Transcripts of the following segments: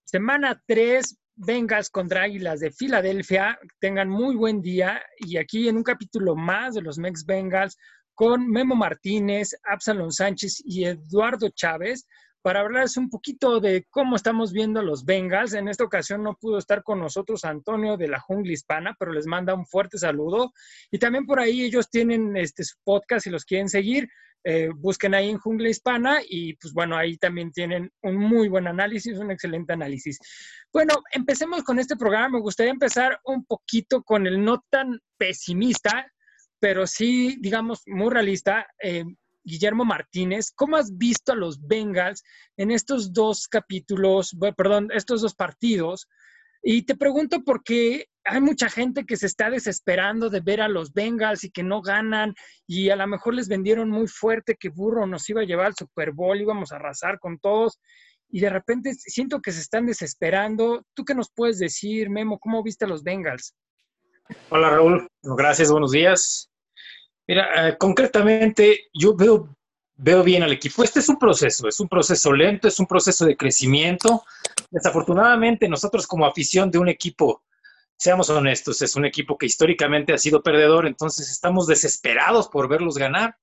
Semana 3, Bengals contra Águilas de Filadelfia. Tengan muy buen día. Y aquí en un capítulo más de los Mex Bengals con Memo Martínez, Absalón Sánchez y Eduardo Chávez para hablarles un poquito de cómo estamos viendo a los Bengals. En esta ocasión no pudo estar con nosotros Antonio de la Jungla Hispana, pero les manda un fuerte saludo. Y también por ahí ellos tienen su podcast, si los quieren seguir. Busquen ahí en Jungla Hispana y pues bueno, ahí también tienen un muy buen análisis, un excelente análisis. Bueno, empecemos con este programa. Me gustaría empezar un poquito con el no tan pesimista, pero sí, digamos, muy realista. Guillermo Martínez, ¿cómo has visto a los Bengals en estos dos capítulos, perdón, estos dos partidos? Y te pregunto porque hay mucha gente que se está desesperando de ver a los Bengals y que no ganan, y a lo mejor les vendieron muy fuerte que Burrow nos iba a llevar al Super Bowl, íbamos a arrasar con todos, y de repente siento que se están desesperando. ¿Tú qué nos puedes decir, Memo? ¿Cómo viste a los Bengals? Hola Raúl, gracias, buenos días. Mira, concretamente yo veo bien al equipo. Este es un proceso lento, es un proceso de crecimiento. Desafortunadamente nosotros como afición de un equipo, seamos honestos, es un equipo que históricamente ha sido perdedor, entonces estamos desesperados por verlos ganar.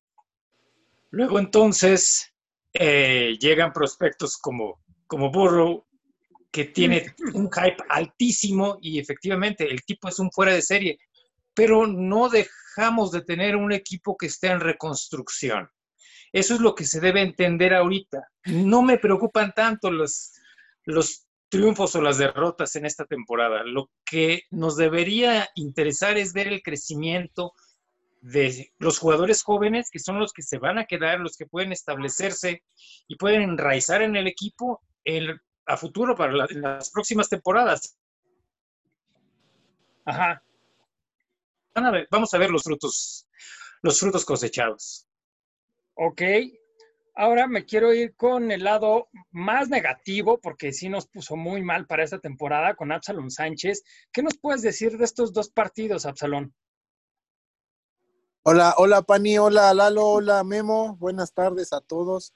Luego entonces llegan prospectos como Burrow, que tiene un hype altísimo y efectivamente el tipo es un fuera de serie, pero no dejamos de tener un equipo que esté en reconstrucción. Eso es lo que se debe entender ahorita. No me preocupan tanto los triunfos o las derrotas en esta temporada. Lo que nos debería interesar es ver el crecimiento de los jugadores jóvenes, que son los que se van a quedar, los que pueden establecerse y pueden enraizar en el equipo a futuro para las próximas temporadas. Ajá. Vamos a ver los frutos cosechados. Ok. Ahora me quiero ir con el lado más negativo, porque sí nos puso muy mal para esta temporada con Absalón Sánchez. ¿Qué nos puedes decir de estos dos partidos, Absalón? Hola Pani, hola Lalo, hola Memo, buenas tardes a todos.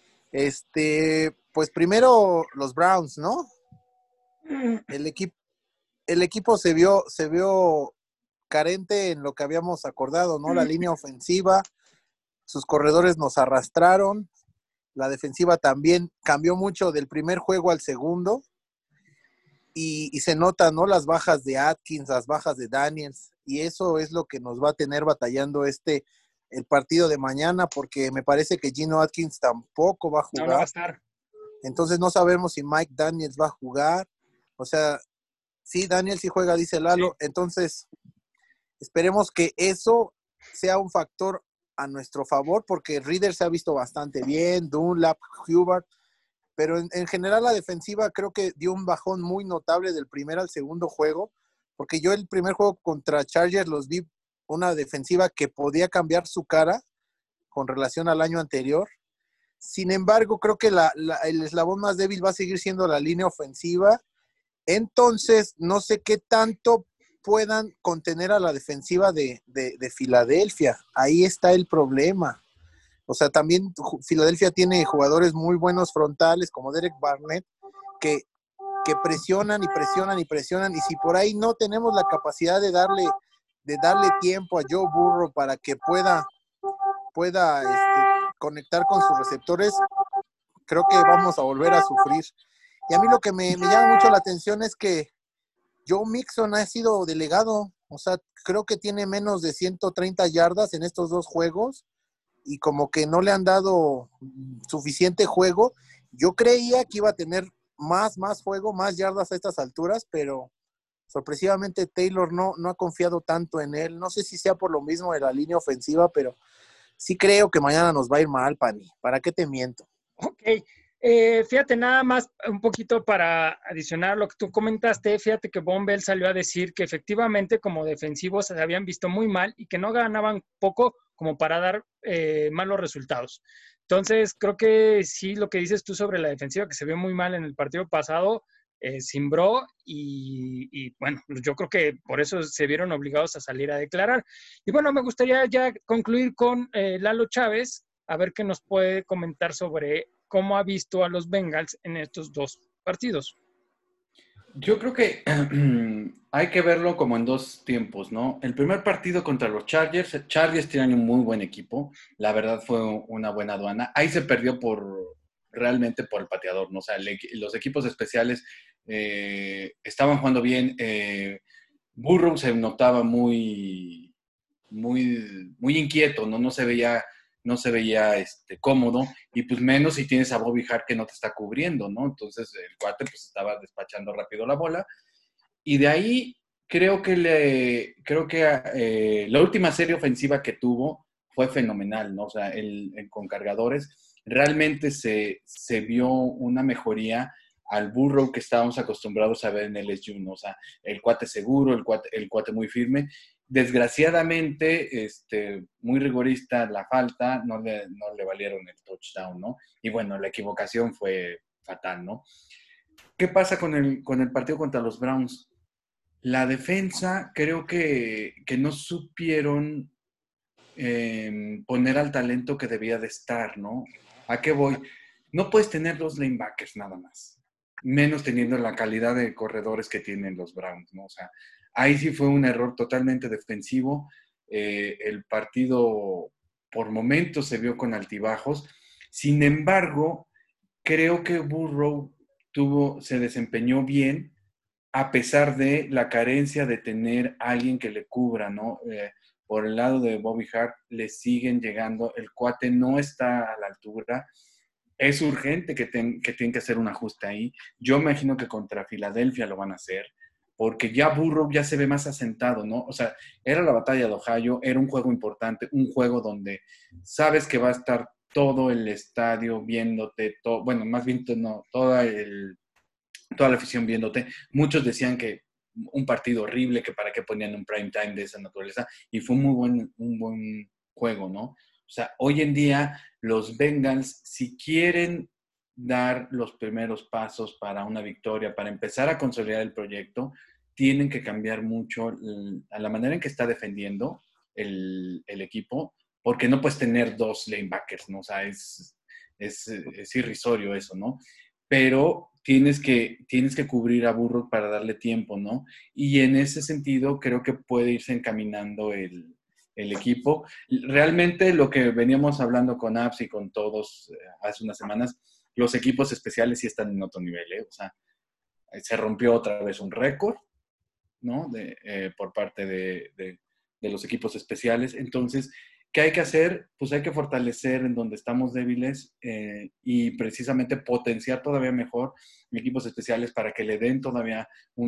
Pues primero los Browns, ¿no? El equipo se vio carente en lo que habíamos acordado, ¿no? La línea ofensiva, sus corredores nos arrastraron, la defensiva también cambió mucho del primer juego al segundo, y se notan, ¿no? Las bajas de Atkins, las bajas de Daniels, y eso es lo que nos va a tener batallando el partido de mañana, porque me parece que Geno Atkins tampoco va a No, no va a jugar. estar. Entonces no sabemos si Mike Daniels va a jugar. O sea, sí, Daniels sí juega, dice Lalo. Sí. Entonces, esperemos que eso sea un factor a nuestro favor, porque Reader se ha visto bastante bien, Dunlap, Hubert, pero en general la defensiva creo que dio un bajón muy notable del primer al segundo juego, porque yo el primer juego contra Chargers los vi una defensiva que podía cambiar su cara con relación al año anterior. Sin embargo, creo que el eslabón más débil va a seguir siendo la línea ofensiva. Entonces, no sé qué tanto puedan contener a la defensiva de Filadelfia. Ahí está el problema. O sea, también Filadelfia tiene jugadores muy buenos frontales, como Derek Barnett, que presionan y presionan y presionan. Y si por ahí no tenemos la capacidad de darle tiempo a Joe Burrow para que pueda conectar con sus receptores, creo que vamos a volver a sufrir. Y a mí lo que me llama mucho la atención es que Joe Mixon ha sido delegado. O sea, creo que tiene menos de 130 yardas en estos dos juegos y como que no le han dado suficiente juego. Yo creía que iba a tener más juego, más yardas a estas alturas, pero sorpresivamente Taylor no ha confiado tanto en él. No sé si sea por lo mismo de la línea ofensiva, pero sí creo que mañana nos va a ir mal, Pani. ¿Para qué te miento? Ok. Fíjate, nada más un poquito para adicionar lo que tú comentaste. Fíjate que Von Bell salió a decir que efectivamente como defensivos se habían visto muy mal y que no ganaban poco como para dar malos resultados. Entonces, creo que sí, lo que dices tú sobre la defensiva, que se vio muy mal en el partido pasado, cimbró y bueno, yo creo que por eso se vieron obligados a salir a declarar. Y bueno, me gustaría ya concluir con Lalo Chávez, a ver qué nos puede comentar sobre cómo ha visto a los Bengals en estos dos partidos. Yo creo que hay que verlo como en dos tiempos, ¿no? El primer partido contra los Chargers tienen un muy buen equipo, la verdad fue una buena aduana. Ahí se perdió realmente por el pateador, ¿no? O sea, los equipos especiales estaban jugando bien. Burrow se notaba muy, muy, muy inquieto, ¿no? No se veía cómodo, y pues menos si tienes a Bobby Hart que no te está cubriendo, ¿no? Entonces el cuate pues estaba despachando rápido la bola, y de ahí creo que la última serie ofensiva que tuvo fue fenomenal, ¿no? O sea, con cargadores realmente se vio una mejoría al Burrow que estábamos acostumbrados a ver en el LSU, ¿no? O sea, el cuate seguro, el cuate muy firme. Desgraciadamente, muy rigorista la falta, no le valieron el touchdown, ¿no? Y bueno, la equivocación fue fatal, ¿no? ¿Qué pasa con el partido contra los Browns? La defensa creo que no supieron poner al talento que debía de estar, ¿no? ¿A qué voy? No puedes tener dos linebackers nada más, menos teniendo la calidad de corredores que tienen los Browns, ¿no? O sea, ahí sí fue un error totalmente defensivo. El partido por momentos se vio con altibajos. Sin embargo, creo que Burrow se desempeñó bien a pesar de la carencia de tener a alguien que le cubra, ¿no? Por el lado de Bobby Hart le siguen llegando, el cuate no está a la altura, es urgente que tienen que hacer un ajuste ahí. Yo imagino que contra Filadelfia lo van a hacer, porque ya Burrow ya se ve más asentado, ¿no? O sea, era la batalla de Ohio, era un juego importante, un juego donde sabes que va a estar todo el estadio viéndote, bueno, más bien no, toda la afición viéndote. Muchos decían que un partido horrible, que para qué ponían un prime time de esa naturaleza, y fue un buen juego, ¿no? O sea, hoy en día los Bengals, si quieren dar los primeros pasos para una victoria, para empezar a consolidar el proyecto, tienen que cambiar mucho a la manera en que está defendiendo el equipo, porque no puedes tener dos lanebackers, ¿no? O sea, es irrisorio eso, ¿no? Pero tienes que cubrir a Burrow para darle tiempo, ¿no? Y en ese sentido creo que puede irse encaminando el equipo. Realmente lo que veníamos hablando con Abs y con todos hace unas semanas, los equipos especiales sí están en otro nivel, ¿eh? O sea, se rompió otra vez un récord, ¿no? Por parte de los equipos especiales. Entonces, ¿qué hay que hacer? Pues hay que fortalecer en donde estamos débiles y precisamente potenciar todavía mejor equipos especiales para que le den todavía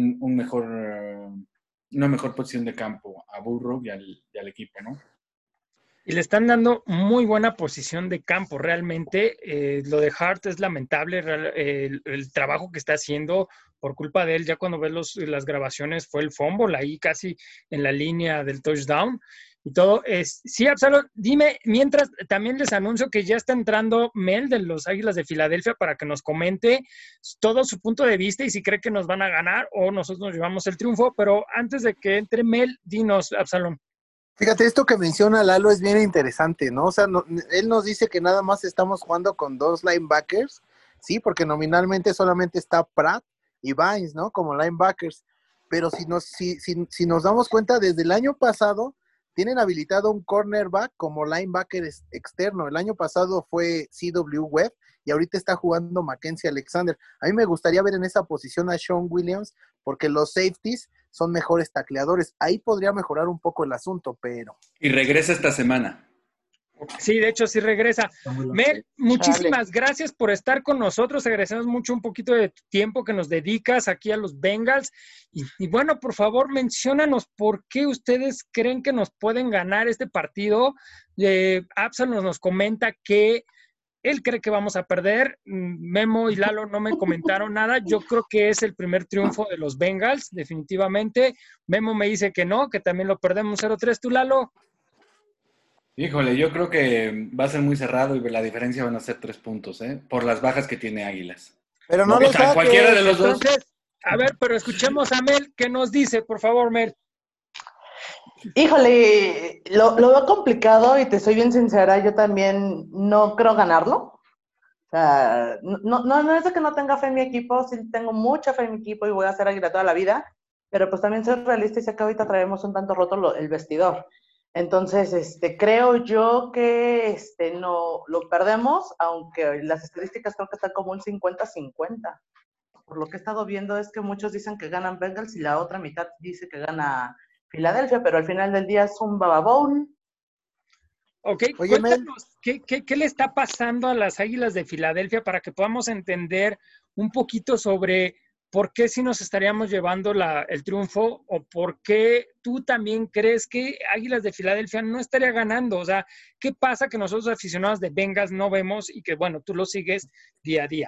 una mejor posición de campo a Burrow y al equipo, ¿no? Y le están dando muy buena posición de campo, realmente. Lo de Hart es lamentable, el trabajo que está haciendo por culpa de él. Ya cuando ves las grabaciones fue el fumble ahí casi en la línea del touchdown y todo. Sí, Absalom, dime, mientras también les anuncio que ya está entrando Mel de los Águilas de Filadelfia para que nos comente todo su punto de vista y si cree que nos van a ganar o nosotros nos llevamos el triunfo. Pero antes de que entre Mel, dinos, Absalom. Fíjate, esto que menciona Lalo es bien interesante, ¿no? O sea, él nos dice que nada más estamos jugando con dos linebackers, sí, porque nominalmente solamente está Pratt y Vines, ¿no? Como linebackers. Pero si nos damos cuenta, desde el año pasado tienen habilitado un cornerback como linebacker externo. El año pasado fue C.W. Webb y ahorita está jugando Mackenzie Alexander. A mí me gustaría ver en esa posición a Sean Williams porque los safeties son mejores tacleadores. Ahí podría mejorar un poco el asunto, pero... Y regresa esta semana. Sí, de hecho sí regresa. Mel, muchísimas gracias por estar con nosotros. Agradecemos mucho un poquito de tiempo que nos dedicas aquí a los Bengals. Y bueno, por favor, menciónanos por qué ustedes creen que nos pueden ganar este partido. Absalom nos comenta que él cree que vamos a perder. Memo y Lalo no me comentaron nada. Yo creo que es el primer triunfo de los Bengals, definitivamente. Memo me dice que no, que también lo perdemos 0-3. ¿Tú, Lalo? Híjole, yo creo que va a ser muy cerrado y la diferencia van a ser 3 puntos, por las bajas que tiene Águilas. Pero no lo saques. Cualquiera de los dos. Entonces, a ver, pero escuchemos a Mel. ¿Qué nos dice? Por favor, Mel. Híjole, lo veo complicado y te soy bien sincera, yo también no creo ganarlo. O sea, no es de que no tenga fe en mi equipo, sí tengo mucha fe en mi equipo y voy a ser Águila toda la vida, pero pues también soy realista y sé que ahorita traemos un tanto roto el vestidor. Entonces, creo yo que no lo perdemos, aunque las estadísticas creo que están como un 50-50. Por lo que he estado viendo es que muchos dicen que ganan Bengals y la otra mitad dice que gana Filadelfia, pero al final del día es un bababón. Ok, Oye, Mel, cuéntanos, ¿qué le está pasando a las Águilas de Filadelfia para que podamos entender un poquito sobre por qué si nos estaríamos llevando el triunfo o por qué tú también crees que Águilas de Filadelfia no estaría ganando? O sea, ¿qué pasa que nosotros aficionados de Bengals no vemos y que, bueno, tú lo sigues día a día?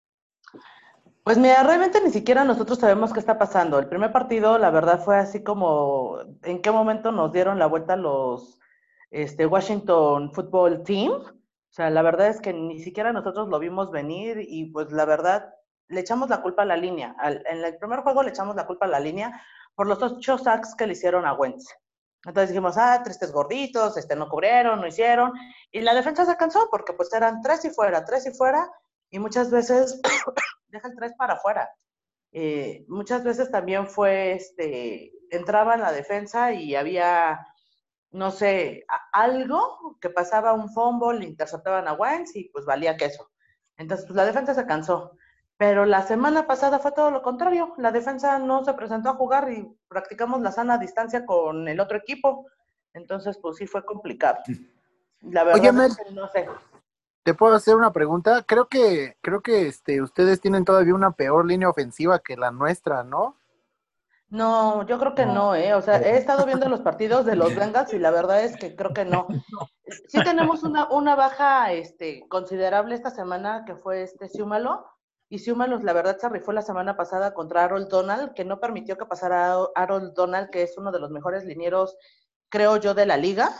Pues mira, realmente ni siquiera nosotros sabemos qué está pasando. El primer partido, la verdad, fue así como en qué momento nos dieron la vuelta los Washington Football Team. O sea, la verdad es que ni siquiera nosotros lo vimos venir y pues la verdad le echamos la culpa a la línea. En el primer juego le echamos la culpa a la línea por los 8 sacks que le hicieron a Wentz. Entonces dijimos, tristes gorditos, no cubrieron, no hicieron. Y la defensa se cansó porque pues eran 3 y fuera, y muchas veces deja el 3 para afuera. Muchas veces también fue, entraba en la defensa y había, no sé, algo que pasaba un fumble, le interceptaban a Wentz y pues valía queso. Entonces, pues la defensa se cansó. Pero la semana pasada fue todo lo contrario. La defensa no se presentó a jugar y practicamos la sana distancia con el otro equipo. Entonces, pues sí fue complicado. La oye, verdad Mel, es que no sé. ¿te puedo hacer una pregunta? Creo que ustedes tienen todavía una peor línea ofensiva que la nuestra, ¿no? No, yo creo que no, ¿eh? O sea, he estado viendo los partidos de los Bengals y la verdad es que creo que no. Sí tenemos una baja considerable esta semana que fue Siumalo, y Siumalo la verdad se rifó la semana pasada contra Harold Donald, que no permitió que pasara Harold Donald, que es uno de los mejores linieros, creo yo, de la liga.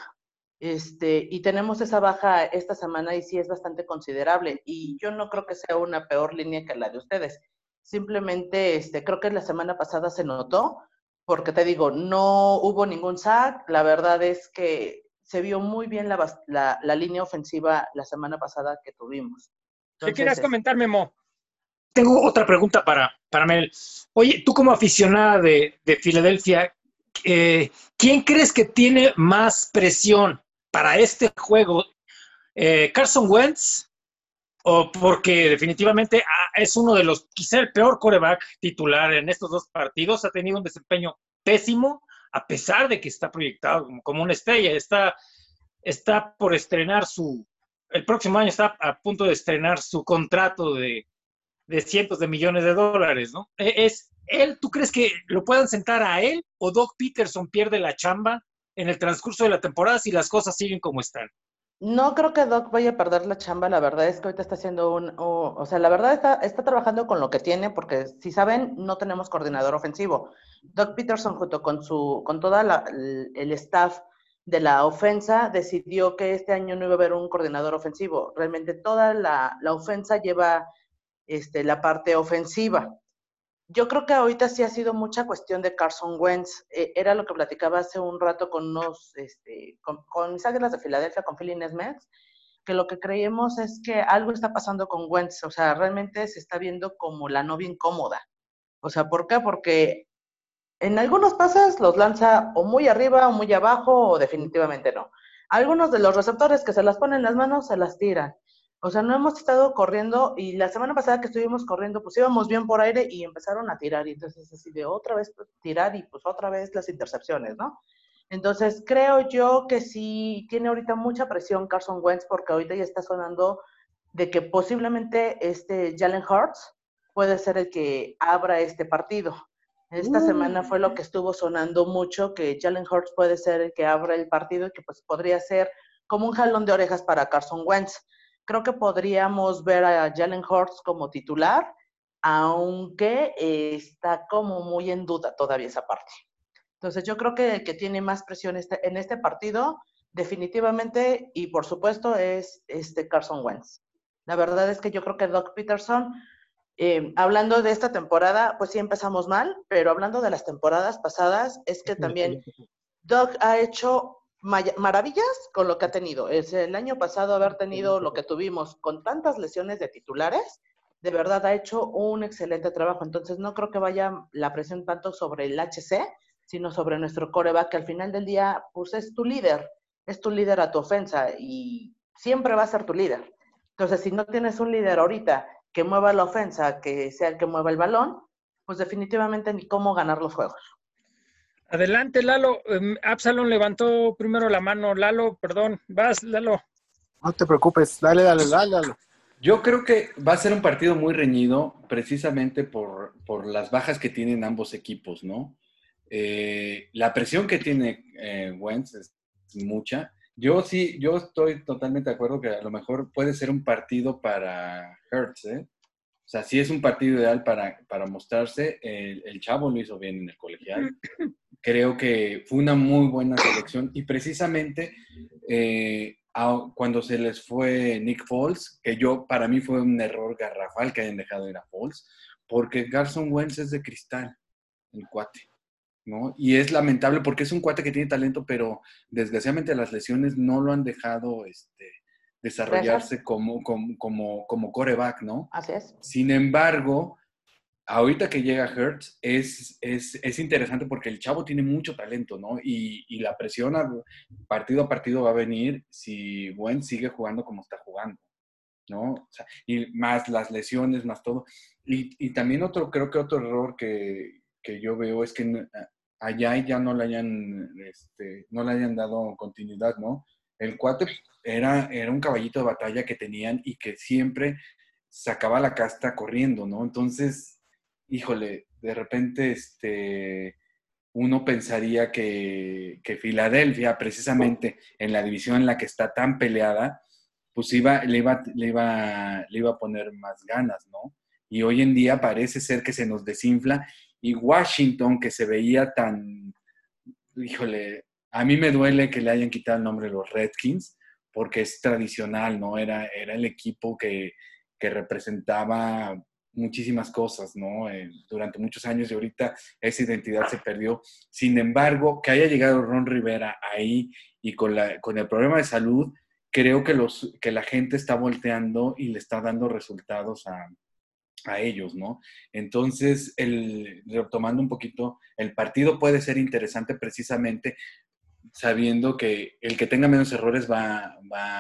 Y tenemos esa baja esta semana y sí es bastante considerable, y yo no creo que sea una peor línea que la de ustedes. Simplemente creo que la semana pasada se notó, porque te digo, no hubo ningún sack. La verdad es que se vio muy bien la línea ofensiva la semana pasada que tuvimos. ¿Qué Entonces, querías comentar, Memo? Tengo otra pregunta para Mel. Oye, tú como aficionada de Filadelfia, ¿quién crees que tiene más presión para este juego? ¿Carson Wentz? ¿O porque definitivamente es uno de los, quizá el peor quarterback titular en estos dos partidos? Ha tenido un desempeño pésimo, a pesar de que está proyectado como una estrella. Está por estrenar el próximo año está a punto de estrenar su contrato de cientos de millones de dólares, ¿no? ¿Es él, tú crees que lo puedan sentar a él o Doug Peterson pierde la chamba en el transcurso de la temporada si las cosas siguen como están? no creo que Doc vaya a perder la chamba. La verdad es que ahorita está haciendo o sea, la verdad está trabajando con lo que tiene, porque si saben, no tenemos coordinador ofensivo. Doc Peterson, junto con toda el staff de la ofensa, decidió que este año no iba a haber un coordinador ofensivo. Realmente toda la ofensa lleva la parte ofensiva. Yo creo que ahorita sí ha sido mucha cuestión de Carson Wentz. Era lo que platicaba hace un rato con con mis Águilas de Filadelfia, con Philly Nesmith, que lo que creemos es que algo está pasando con Wentz. O sea, realmente se está viendo como la novia incómoda. O sea, ¿por qué? Porque en algunos pases los lanza o muy arriba o muy abajo, o definitivamente no. Algunos de los receptores que se las ponen en las manos se las tiran. O sea, no hemos estado corriendo, y la semana pasada que estuvimos corriendo, pues íbamos bien por aire y empezaron a tirar, y entonces así de otra vez pues, tirar y pues otra vez las intercepciones, ¿no? Entonces creo yo que sí tiene ahorita mucha presión Carson Wentz, porque ahorita ya está sonando de que posiblemente Jalen Hurts puede ser el que abra este partido. Esta semana fue lo que estuvo sonando mucho, que Jalen Hurts puede ser el que abra el partido y que pues podría ser como un jalón de orejas para Carson Wentz. Creo que podríamos ver a Jalen Hurts como titular, aunque está como muy en duda todavía esa parte. Entonces yo creo que el que tiene más presión en este partido definitivamente y por supuesto es Carson Wentz. La verdad es que yo creo que Doug Peterson, hablando de esta temporada, pues sí empezamos mal, pero hablando de las temporadas pasadas, es que también Doug ha hecho maravillas con lo que ha tenido. El año pasado haber tenido lo que tuvimos con tantas lesiones de titulares, de verdad ha hecho un excelente trabajo. Entonces no creo que vaya la presión tanto sobre el HC, sino sobre nuestro quarterback, que al final del día pues es tu líder a tu ofensa y siempre va a ser tu líder. Entonces si no tienes un líder ahorita que mueva la ofensa, que sea el que mueva el balón, pues definitivamente ni cómo ganar los juegos. Adelante, Lalo. Absalón levantó primero la mano. Lalo, perdón. Vas, Lalo. No te preocupes, dale. Yo creo que va a ser un partido muy reñido, precisamente por las bajas que tienen ambos equipos, ¿no? La presión que tiene Wentz es mucha. Yo estoy totalmente de acuerdo que a lo mejor puede ser un partido para Hurts, ¿eh? O sea, sí es un partido ideal para mostrarse. El chavo lo hizo bien en el colegial. Creo que fue una muy buena selección y precisamente cuando se les fue Nick Foles, que para mí fue un error garrafal que hayan dejado ir a Foles, porque Carson Wentz es de cristal, el cuate, ¿no? Y es lamentable porque es un cuate que tiene talento, pero desgraciadamente las lesiones no lo han dejado desarrollarse como quarterback, ¿no? Así es. Sin embargo, ahorita que llega Hurts es interesante porque el chavo tiene mucho talento, ¿no? Y la presión partido a partido va a venir si Wentz sigue jugando como está jugando, ¿no? O sea, y más las lesiones, más todo. Y también creo que otro error que yo veo es que allá ya no le hayan dado continuidad, ¿no? El cuate era un caballito de batalla que tenían y que siempre sacaba la casta corriendo, ¿no? Entonces, híjole, de repente uno pensaría que Filadelfia, precisamente en la división en la que está tan peleada, pues le iba a poner más ganas, ¿no? Y hoy en día parece ser que se nos desinfla y Washington, que se veía tan, híjole, a mí me duele que le hayan quitado el nombre de los Redskins, porque es tradicional, ¿no? Era el equipo que representaba muchísimas cosas, ¿no? Durante muchos años y ahorita esa identidad se perdió. Sin embargo, que haya llegado Ron Rivera ahí y con el problema de salud, creo que la gente está volteando y le está dando resultados a ellos, ¿no? Entonces, retomando un poquito, el partido puede ser interesante precisamente sabiendo que el que tenga menos errores va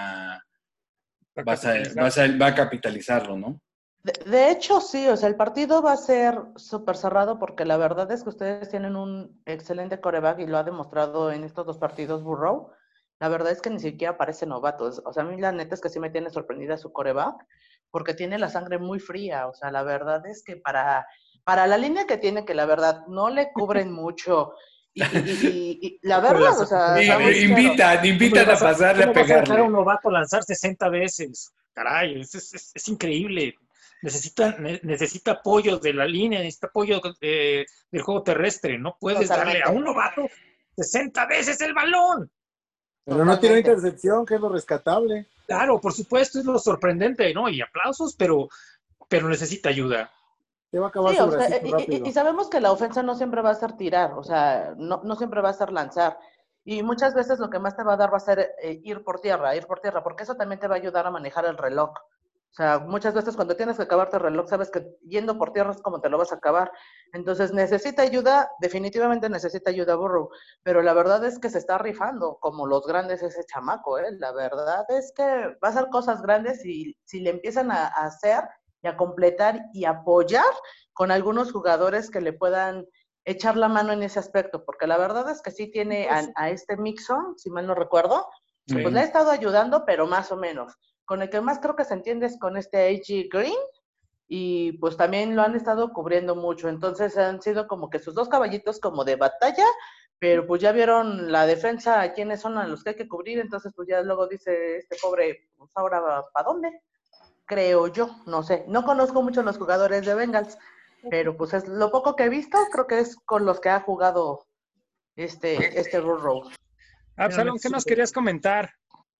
a capitalizarlo, ¿no? De hecho, sí, o sea, el partido va a ser súper cerrado porque la verdad es que ustedes tienen un excelente quarterback y lo ha demostrado en estos 2 partidos Burrow. La verdad es que ni siquiera parece novato. O sea, a mí la neta es que sí me tiene sorprendida su quarterback porque tiene la sangre muy fría. O sea, la verdad es que para la línea que tiene, que la verdad no le cubren mucho y la verdad, o sea, invitan a pasarle a ¿Cómo vas a dejar a pegarle. un novato lanzar 60 veces? Caray, es increíble. Necesita apoyo de la línea, necesita apoyo del juego terrestre. No puedes darle a un novato 60 veces el balón. Pero no tiene intercepción, que es lo rescatable. Claro, por supuesto, es lo sorprendente, ¿no? Y aplausos, pero necesita ayuda. Te va a acabar Sí, su o sea, bracito rápido. y sabemos que la ofensa no siempre va a ser tirar, o sea, no siempre va a ser lanzar. Y muchas veces lo que más te va a dar va a ser ir por tierra, porque eso también te va a ayudar a manejar el reloj. O sea, muchas veces cuando tienes que acabarte el reloj, sabes que yendo por tierra es como te lo vas a acabar. Entonces, necesita ayuda, definitivamente necesita ayuda Burrow, pero la verdad es que se está rifando como los grandes ese chamaco, ¿eh? La verdad es que va a hacer cosas grandes y si le empiezan a hacer y a completar y apoyar con algunos jugadores que le puedan echar la mano en ese aspecto, porque la verdad es que sí tiene a este Mixon, si mal no recuerdo, Sí. pues le ha estado ayudando, pero más o menos. Con el que más creo que se entiende es con este A.G. Green, y pues también lo han estado cubriendo mucho, entonces han sido como que sus 2 caballitos como de batalla, pero pues ya vieron la defensa, quiénes son a los que hay que cubrir, entonces pues ya luego dice este pobre, pues ahora ¿para dónde? Creo yo, no sé, no conozco mucho los jugadores de Bengals, pero pues es lo poco que he visto, creo que es con los que ha jugado este Burrow. Absalón, ¿qué nos querías comentar?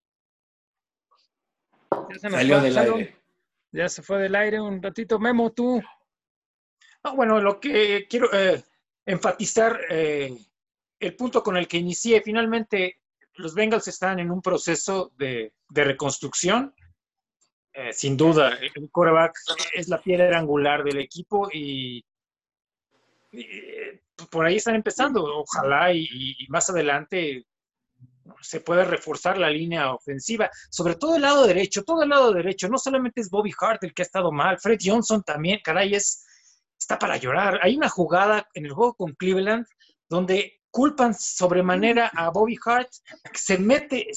Ya se nos Salió fue, del Absalón. aire. Ya se fue del aire un ratito. Memo, tú. No, bueno, lo que quiero enfatizar, el punto con el que inicié, finalmente los Bengals están en un proceso de reconstrucción. Sin duda, el quarterback es la piedra angular del equipo y por ahí están empezando. Ojalá y más adelante se pueda reforzar la línea ofensiva, sobre todo el lado derecho, no solamente es Bobby Hart el que ha estado mal, Fred Johnson también, caray, está para llorar. Hay una jugada en el juego con Cleveland donde culpan sobremanera a Bobby Hart, se mete,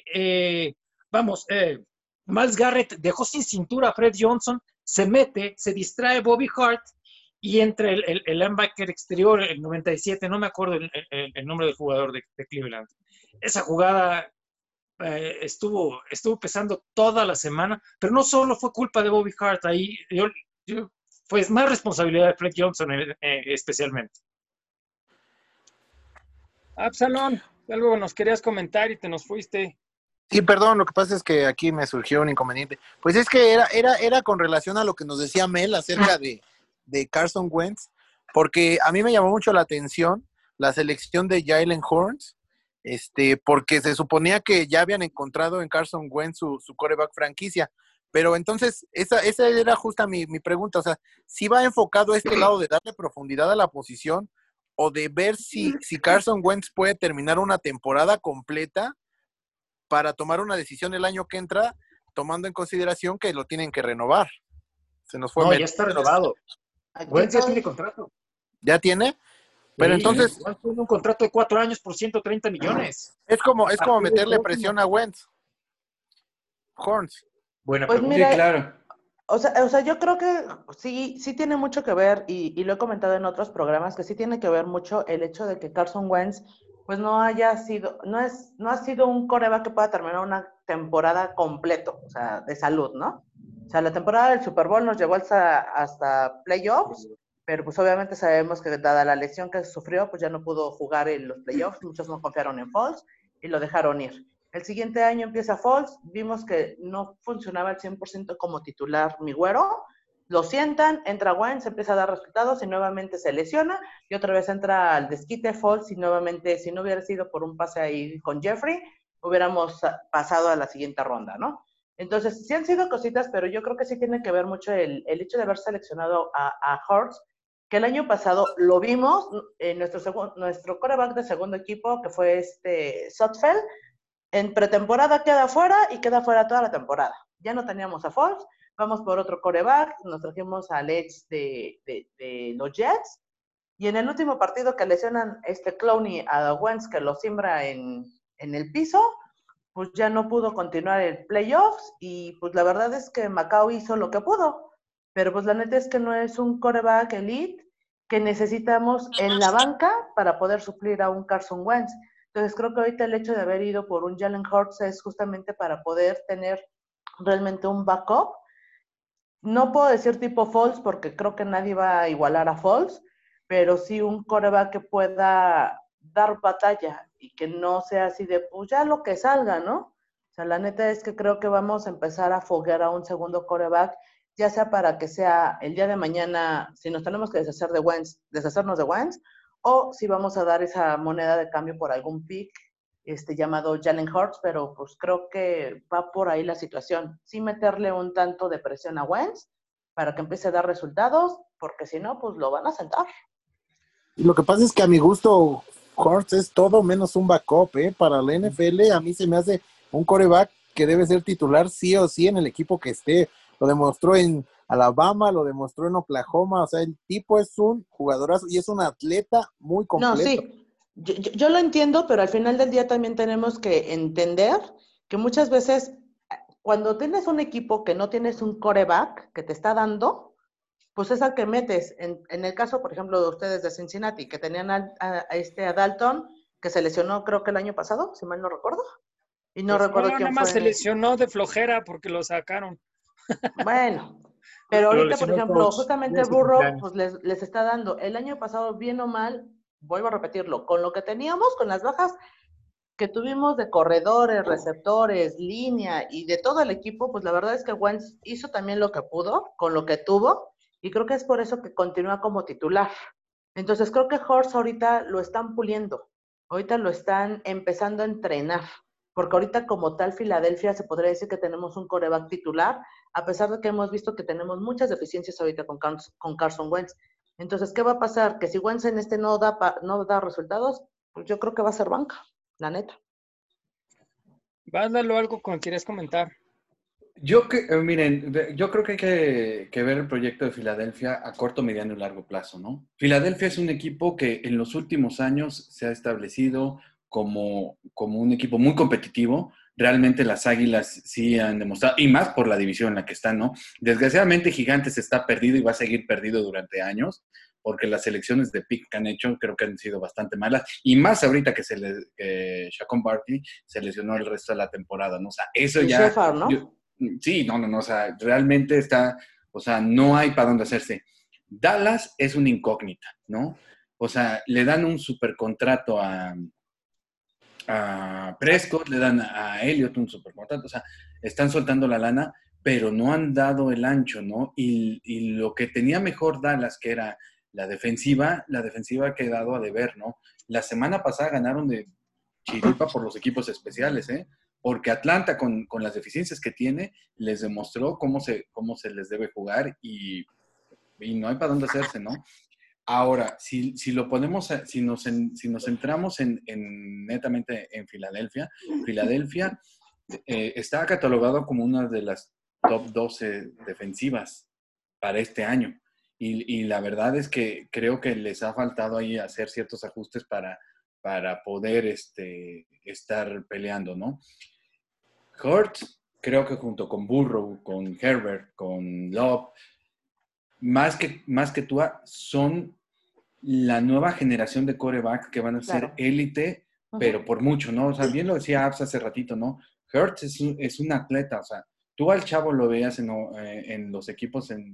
Myles Garrett dejó sin cintura a Fred Johnson, se mete, se distrae Bobby Hart y entre el linebacker exterior, el 97, no me acuerdo el nombre del jugador de Cleveland. Esa jugada estuvo pesando toda la semana, pero no solo fue culpa de Bobby Hart, ahí fue más responsabilidad de Fred Johnson especialmente. Absalón, algo nos querías comentar y te nos fuiste. Sí, perdón, lo que pasa es que aquí me surgió un inconveniente. Pues es que era con relación a lo que nos decía Mel acerca de Carson Wentz, porque a mí me llamó mucho la atención la selección de Jalen Hurts, porque se suponía que ya habían encontrado en Carson Wentz su quarterback franquicia, pero entonces esa era justa mi pregunta, o sea, si va enfocado a este lado de darle profundidad a la posición o de ver si Carson Wentz puede terminar una temporada completa para tomar una decisión el año que entra, tomando en consideración que lo tienen que renovar. Se nos fue. No, ya está renovado. Wentz ya tiene contrato. ¿Ya tiene? Pero sí, entonces... Wentz tiene un contrato de 4 años por 130 millones. Es como meterle presión a Wentz. Horns. Buena pues pregunta. mira, Sí, claro. O sea, yo creo que sí tiene mucho que ver, y lo he comentado en otros programas, que sí tiene que ver mucho el hecho de que Carson Wentz, pues no ha sido un quarterback que pueda terminar una temporada completo, o sea, de salud, ¿no? O sea, la temporada del Super Bowl nos llevó hasta playoffs, pero pues obviamente sabemos que dada la lesión que sufrió, pues ya no pudo jugar en los playoffs, muchos no confiaron en Foles y lo dejaron ir. El siguiente año empieza Foles, vimos que no funcionaba al 100% como titular mi güero, lo sientan, entra Wentz, empieza a dar resultados y nuevamente se lesiona y otra vez entra al desquite Foles y nuevamente, si no hubiera sido por un pase ahí con Jeffrey, hubiéramos pasado a la siguiente ronda, ¿no? Entonces, sí han sido cositas, pero yo creo que sí tiene que ver mucho el hecho de haber seleccionado a Hurts, que el año pasado lo vimos en nuestro quarterback de segundo equipo, que fue Sotfeld. En pretemporada queda fuera y queda fuera toda la temporada. Ya no teníamos a Foles, vamos por otro quarterback, nos trajimos al ex de los Jets, y en el último partido que lesionan Clowney a Wentz, que lo siembra en el piso, pues ya no pudo continuar el playoffs, y pues la verdad es que Macao hizo lo que pudo, pero pues la neta es que no es un quarterback elite que necesitamos en la banca para poder suplir a un Carson Wentz. Entonces creo que ahorita el hecho de haber ido por un Jalen Hurts es justamente para poder tener realmente un backup. No puedo decir tipo Foles porque creo que nadie va a igualar a Foles, pero sí un quarterback que pueda dar batalla y que no sea así de, pues ya lo que salga, ¿no? O sea, la neta es que creo que vamos a empezar a foguear a un segundo quarterback, ya sea para que sea el día de mañana, si nos tenemos que deshacernos de Wentz, o si vamos a dar esa moneda de cambio por algún pick llamado Jalen Hurts, pero pues creo que va por ahí la situación. Sí meterle un tanto de presión a Wentz para que empiece a dar resultados, porque si no, pues lo van a sentar. Y lo que pasa es que a mi gusto Hurts es todo menos un backup, Para la NFL a mí se me hace un quarterback que debe ser titular sí o sí en el equipo que esté. Lo demostró en Alabama, lo demostró en Oklahoma, o sea, el tipo es un jugadorazo y es un atleta muy completo. No, sí, yo lo entiendo, pero al final del día también tenemos que entender que muchas veces cuando tienes un equipo que no tienes un quarterback que te está dando, pues es al que metes. En el caso, por ejemplo, de ustedes de Cincinnati, que tenían a Dalton, que se lesionó creo que el año pasado, si mal no recuerdo. Y no Pues recuerdo no, quién nada más fue. se lesionó de flojera porque lo sacaron. Bueno, pero ahorita, por ejemplo, justamente Burrow, pues pues les está dando. El año pasado, bien o mal, vuelvo a repetirlo, con lo que teníamos, con las bajas que tuvimos de corredores, receptores, línea y de todo el equipo, pues la verdad es que Wentz hizo también lo que pudo con lo que tuvo y creo que es por eso que continúa como titular. Entonces creo que Hurts ahorita lo están puliendo. ahorita lo están empezando a entrenar, porque ahorita como tal Filadelfia se podría decir que tenemos un quarterback titular, a pesar de que hemos visto que tenemos muchas deficiencias ahorita con Carson Wentz. Entonces, ¿qué va a pasar? Que si Wentz en no da resultados, pues yo creo que va a ser banca, la neta. Vándalo algo con quieres comentar. Miren, yo creo que hay que ver el proyecto de Filadelfia a corto, mediano y largo plazo, ¿no? Filadelfia es un equipo que en los últimos años se ha establecido como un equipo muy competitivo. Realmente las Águilas sí han demostrado, y más por la división en la que están, ¿no? Desgraciadamente Gigantes está perdido y va a seguir perdido durante años, porque las selecciones de pick que han hecho creo que han sido bastante malas, y más ahorita que Saquon Barkley se lesionó el resto de la temporada, ¿no? O sea, eso Y ya... Shepard, ¿no? Sí, no, o sea, realmente está, o sea, no hay para dónde hacerse. Dallas es una incógnita, ¿no? O sea, le dan un supercontrato a Prescott, le dan a Elliott un supercontrato, o sea, están soltando la lana, pero no han dado el ancho, ¿no? Y lo que tenía mejor Dallas, que era la defensiva ha quedado a deber, ¿no? La semana pasada ganaron de chiripa por los equipos especiales, ¿eh? Porque Atlanta, con las deficiencias que tiene, les demostró cómo se les debe jugar y no hay para dónde hacerse, ¿no? Ahora, si lo ponemos, si nos centramos netamente en Filadelfia, Filadelfia está catalogado como una de las top 12 defensivas para este año. Y la verdad es que creo que les ha faltado ahí hacer ciertos ajustes para poder estar peleando, ¿no? Hurts, creo que junto con Burrow, con Herbert, con Love, más que Tua, son la nueva generación de quarterback que van a ser élite, pero por mucho, ¿no? O sea, bien lo decía Abs hace ratito, ¿no? Hurts es un atleta, o sea, tú al chavo lo veías en los equipos en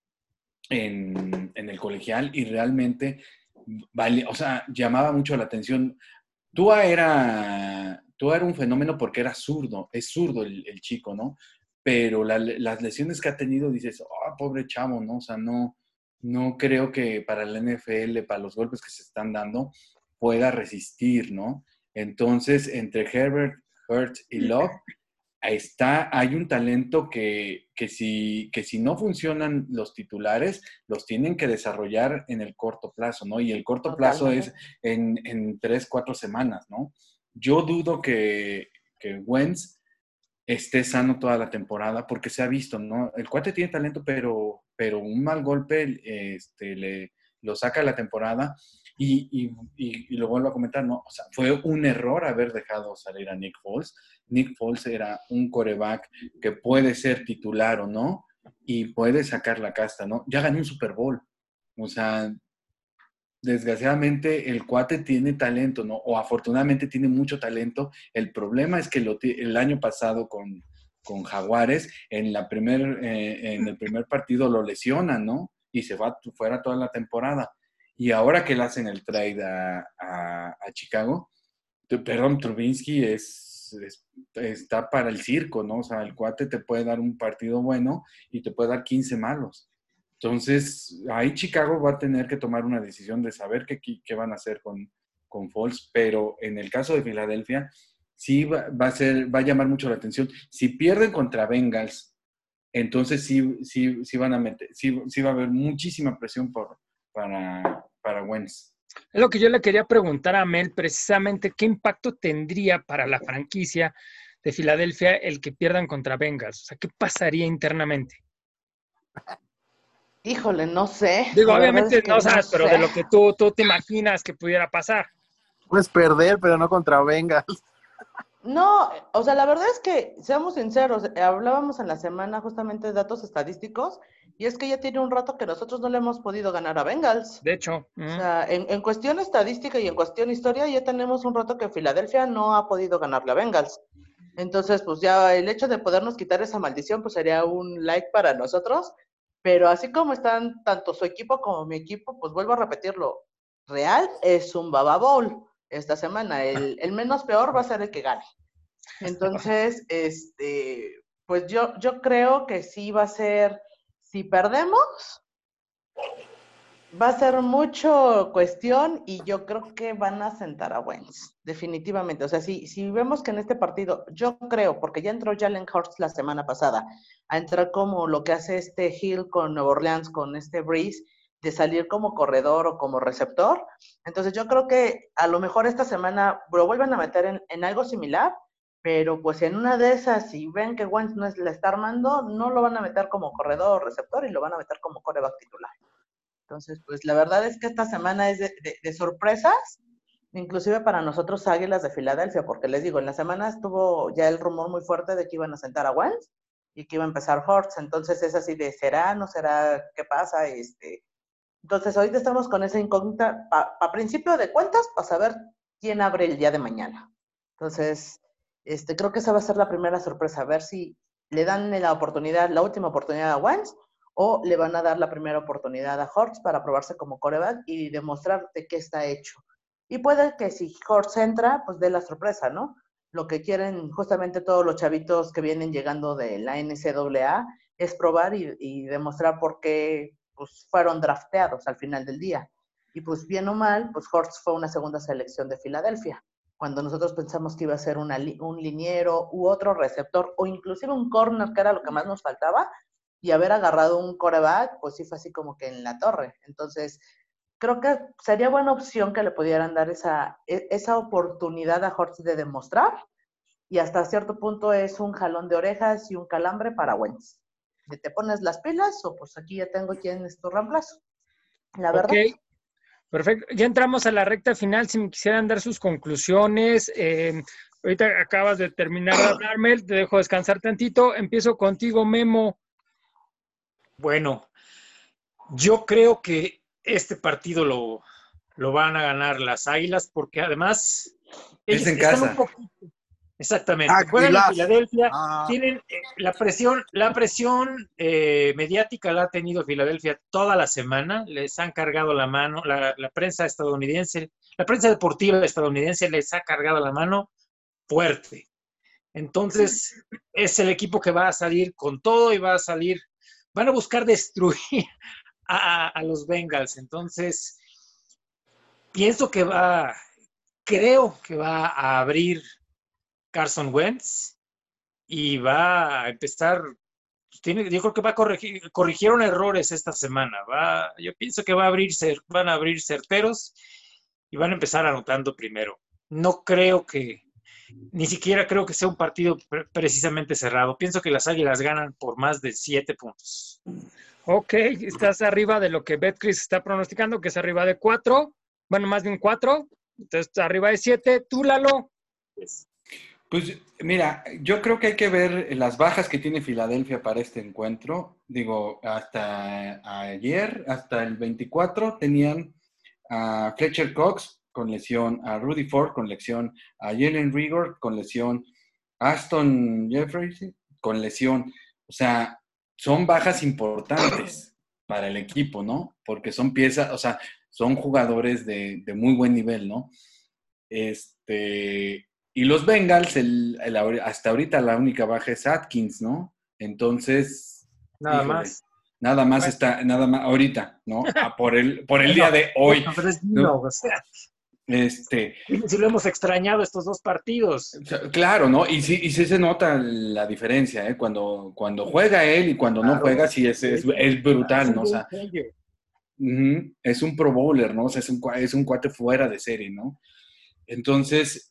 el colegial y realmente vale, o sea, llamaba mucho la atención. Tua era un fenómeno porque era zurdo, es zurdo el chico, ¿no? Pero las lesiones que ha tenido, dices, oh, pobre chavo, ¿no? O sea, no creo que para la NFL, para los golpes que se están dando, pueda resistir, ¿no? Entonces, entre Herbert, Hurts y Love, hay un talento que si no funcionan los titulares, los tienen que desarrollar en el corto plazo, ¿no? Y el corto plazo es en 3, 4 semanas, ¿no? Yo dudo que Wentz esté sano toda la temporada porque se ha visto, ¿no? El cuate tiene talento, pero un mal golpe lo saca de la temporada y lo vuelvo a comentar, ¿no? O sea, fue un error haber dejado salir a Nick Foles. Nick Foles era un quarterback que puede ser titular o no y puede sacar la casta, ¿no? Ya ganó un Super Bowl. O sea, desgraciadamente el cuate tiene talento, ¿no? O afortunadamente tiene mucho talento. El problema es que el año pasado con Jaguares, en el primer partido lo lesionan, ¿no? Y se va fuera toda la temporada. Y ahora que le hacen el trade a Chicago, Trubinsky está para el circo, ¿no? O sea, el cuate te puede dar un partido bueno y te puede dar 15 malos. Entonces, ahí Chicago va a tener que tomar una decisión de saber qué van a hacer con Foles, pero en el caso de Filadelfia, sí va a llamar mucho la atención. Si pierden contra Bengals, entonces sí van a meter, sí va a haber muchísima presión para Wentz. Es lo que yo le quería preguntar a Mel, precisamente, ¿qué impacto tendría para la franquicia de Filadelfia el que pierdan contra Bengals? O sea, ¿qué pasaría internamente? Híjole, no sé. Digo, obviamente no sabes, pero de lo que tú te imaginas que pudiera pasar. Puedes perder, pero no contra Bengals. No, o sea, la verdad es que, seamos sinceros, hablábamos en la semana justamente de datos estadísticos, y es que ya tiene un rato que nosotros no le hemos podido ganar a Bengals. De hecho. O sea, en cuestión estadística y en cuestión historia, ya tenemos un rato que Filadelfia no ha podido ganarle a Bengals. Entonces, pues ya el hecho de podernos quitar esa maldición, pues sería un like para nosotros, pero así como están tanto su equipo como mi equipo, pues vuelvo a repetirlo, Real es un Baba Bowl esta semana, el menos peor va a ser el que gane. Entonces, pues yo creo que sí va a ser, si perdemos, Va a ser mucho cuestión y yo creo que van a sentar a Wentz, definitivamente. O sea, si vemos que en este partido, yo creo, porque ya entró Jalen Hurts la semana pasada, a entrar como lo que hace este Hill con Nueva Orleans, con este Breeze, de salir como corredor o como receptor. Entonces yo creo que a lo mejor esta semana lo vuelven a meter en algo similar, pero pues en una de esas, si ven que Wentz no es, la está armando, no lo van a meter como corredor o receptor y lo van a meter como quarterback titular. Entonces, pues la verdad es que esta semana es de sorpresas, inclusive para nosotros Águilas de Filadelfia, porque les digo, en la semana estuvo ya el rumor muy fuerte de que iban a sentar a Wentz y que iba a empezar Hurts, entonces es así de, ¿será? ¿No será? ¿Qué pasa? Entonces, ahorita estamos con esa incógnita, principio de cuentas, para saber quién abre el día de mañana. Entonces, creo que esa va a ser la primera sorpresa, a ver si le dan la oportunidad, la última oportunidad a Wentz, o le van a dar la primera oportunidad a Hurts para probarse como quarterback y demostrar de qué está hecho. Y puede que si Hurts entra, pues dé la sorpresa, ¿no? Lo que quieren justamente todos los chavitos que vienen llegando de la NCAA es probar y demostrar por qué pues, fueron drafteados al final del día. Y pues bien o mal, pues Hurts fue una segunda selección de Filadelfia. Cuando nosotros pensamos que iba a ser un liniero u otro receptor o inclusive un corner, que era lo que más nos faltaba, y haber agarrado un quarterback, pues sí fue así como que en la torre. Entonces, creo que sería buena opción que le pudieran dar esa oportunidad a Hurts de demostrar y hasta cierto punto es un jalón de orejas y un calambre para Wentz. ¿Te pones las pilas o pues aquí ya tengo quién es tu reemplazo? La Ok, verdad. perfecto. Ya entramos a la recta final. Si me quisieran dar sus conclusiones, ahorita acabas de terminar de hablarme, te dejo descansar tantito. Empiezo contigo, Memo. Bueno, yo creo que este partido lo van a ganar las Águilas porque además Es ellos en están un casa. poquito, exactamente, juegan en Águilas. Filadelfia, Ah, tienen la presión mediática la ha tenido Filadelfia toda la semana, les han cargado la mano, la prensa estadounidense, la prensa deportiva estadounidense les ha cargado la mano fuerte. Entonces, es el equipo que va a salir con todo y van a buscar destruir a los Bengals. Entonces, pienso que creo que va a abrir Carson Wentz y va a empezar. Yo creo que va a corrigieron errores esta semana. Yo pienso que van a abrir certeros y van a empezar anotando primero. No creo ni siquiera creo que sea un partido precisamente cerrado. Pienso que las Águilas ganan por más de 7 puntos. Ok, estás arriba de lo que Betcris está pronosticando, que es arriba de 4. Bueno, más bien 4. Entonces, arriba de 7. Tú, Lalo. Pues mira, yo creo que hay que ver las bajas que tiene Filadelfia para este encuentro. Digo, hasta ayer, hasta el 24, tenían a Fletcher Cox con lesión, a Rudy Ford con lesión, a Jalen Rigor con lesión, a Aston Jeffries con lesión. O sea, son bajas importantes para el equipo, ¿no? Porque son piezas, o sea, son jugadores de muy buen nivel, ¿no? Y los Bengals, hasta ahorita la única baja es Atkins, ¿no? Entonces, Nada híjole, más. nada más ahorita, ¿no? Por el día Bueno, de hoy, pero es ¿no? dilo, o sea, Este, si lo hemos extrañado estos dos partidos. o sea, claro, ¿no? Y sí se nota la diferencia, ¿eh? Cuando juega él y cuando no Claro, juega, sí es es brutal, un ¿no? O game sea, changer. es un pro bowler, ¿no? O sea, es un cuate fuera de serie, ¿no? Entonces,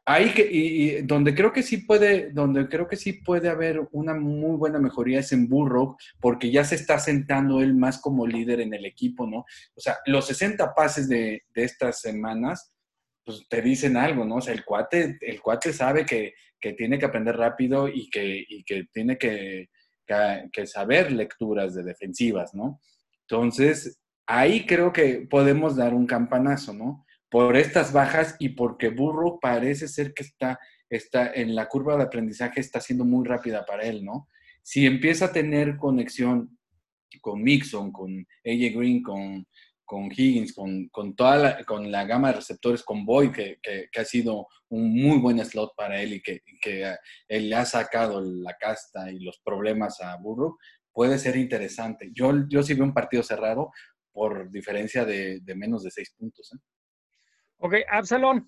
donde creo que sí puede haber una muy buena mejoría es en Burrow, porque ya se está sentando él más como líder en el equipo, ¿no? O sea, los 60 pases de estas semanas, pues te dicen algo, ¿no? O sea, el cuate sabe que tiene que aprender rápido y que tiene que saber lecturas de defensivas, ¿no? Entonces, ahí creo que podemos dar un campanazo, ¿no? Por estas bajas y porque Burrow parece ser que está en la curva de aprendizaje, está siendo muy rápida para él, ¿no? Si empieza a tener conexión con Mixon, con AJ Green, con Higgins, con la gama de receptores, con Boyd, que ha sido un muy buen slot para él y que él le ha sacado la casta y los problemas a Burrow, puede ser interesante. Yo sí veo un partido cerrado por diferencia de menos de 6 puntos. Ok, Absalón.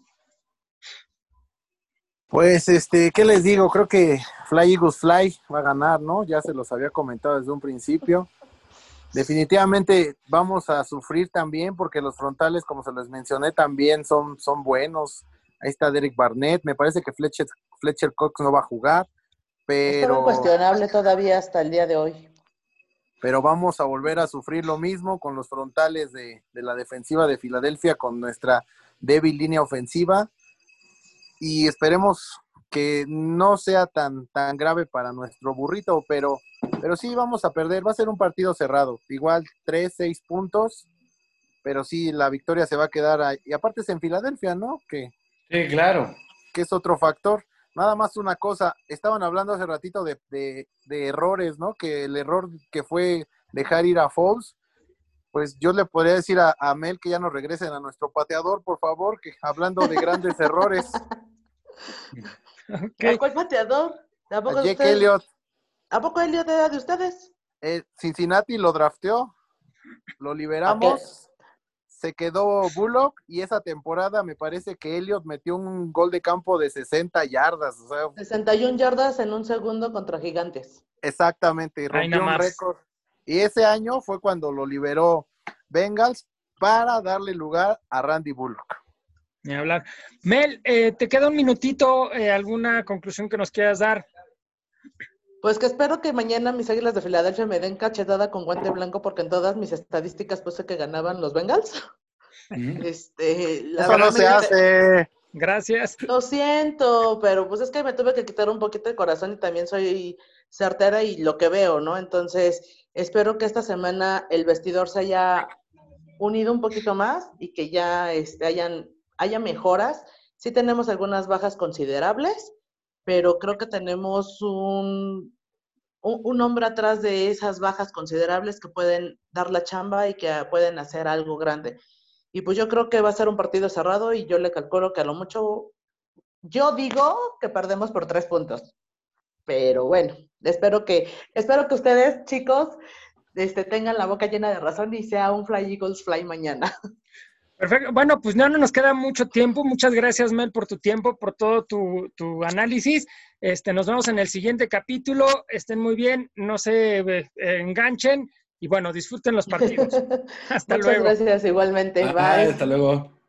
Pues, ¿qué les digo? Creo que Fly Eagles Fly va a ganar, ¿no? Ya se los había comentado desde un principio. Definitivamente vamos a sufrir también porque los frontales, como se les mencioné, también son buenos. Ahí está Derek Barnett. Me parece que Fletcher Cox no va a jugar, Está muy cuestionable todavía hasta el día de hoy. pero vamos a volver a sufrir lo mismo con los frontales de la defensiva de Filadelfia, con nuestra débil línea ofensiva. Y esperemos que no sea tan grave para nuestro burrito, pero sí vamos a perder. Va a ser un partido cerrado. Igual 3-6 puntos, pero sí, la victoria se va a quedar ahí. Y aparte es en Filadelfia, ¿no? Sí, claro. Que es otro factor. Nada más una cosa, estaban hablando hace ratito de errores, ¿no? Que el error que fue dejar ir a Foles, pues yo le podría decir a Mel que ya nos regresen a nuestro pateador, por favor, que hablando de grandes errores. Okay. ¿A cuál pateador? A Jake Elliott. ¿A poco Elliott era de ustedes? Cincinnati lo drafteó, lo liberamos, se quedó Bullock y esa temporada me parece que Elliott metió un gol de campo de 60 yardas. O sea, 61 yardas en un segundo contra Gigantes. Exactamente, y rompió un récord. Y ese año fue cuando lo liberó Bengals para darle lugar a Randy Bullock. Ni hablar. Mel, te queda un minutito, ¿alguna conclusión que nos quieras dar? Pues que espero que mañana mis Águilas de Filadelfia me den cachetada con guante blanco, porque en todas mis estadísticas puse que ganaban los Bengals. Eso no se hace. Gracias. Lo siento, pero pues es que me tuve que quitar un poquito de corazón y también soy certera y lo que veo, ¿no? Entonces, espero que esta semana el vestidor se haya unido un poquito más y que ya haya mejoras. Sí tenemos algunas bajas considerables, pero creo que tenemos un hombre atrás de esas bajas considerables que pueden dar la chamba y que pueden hacer algo grande. Y pues yo creo que va a ser un partido cerrado y yo le calculo que a lo mucho, yo digo que perdemos por 3 puntos. Pero bueno, espero que ustedes, chicos, tengan la boca llena de razón y sea un Fly Eagles Fly mañana. Perfecto. Bueno, pues no nos queda mucho tiempo. Muchas gracias, Mel, por tu tiempo, por todo tu análisis. Nos vemos en el siguiente capítulo. Estén muy bien, no se enganchen y bueno, disfruten los partidos. Hasta luego. Muchas gracias igualmente. Bye. Hasta luego.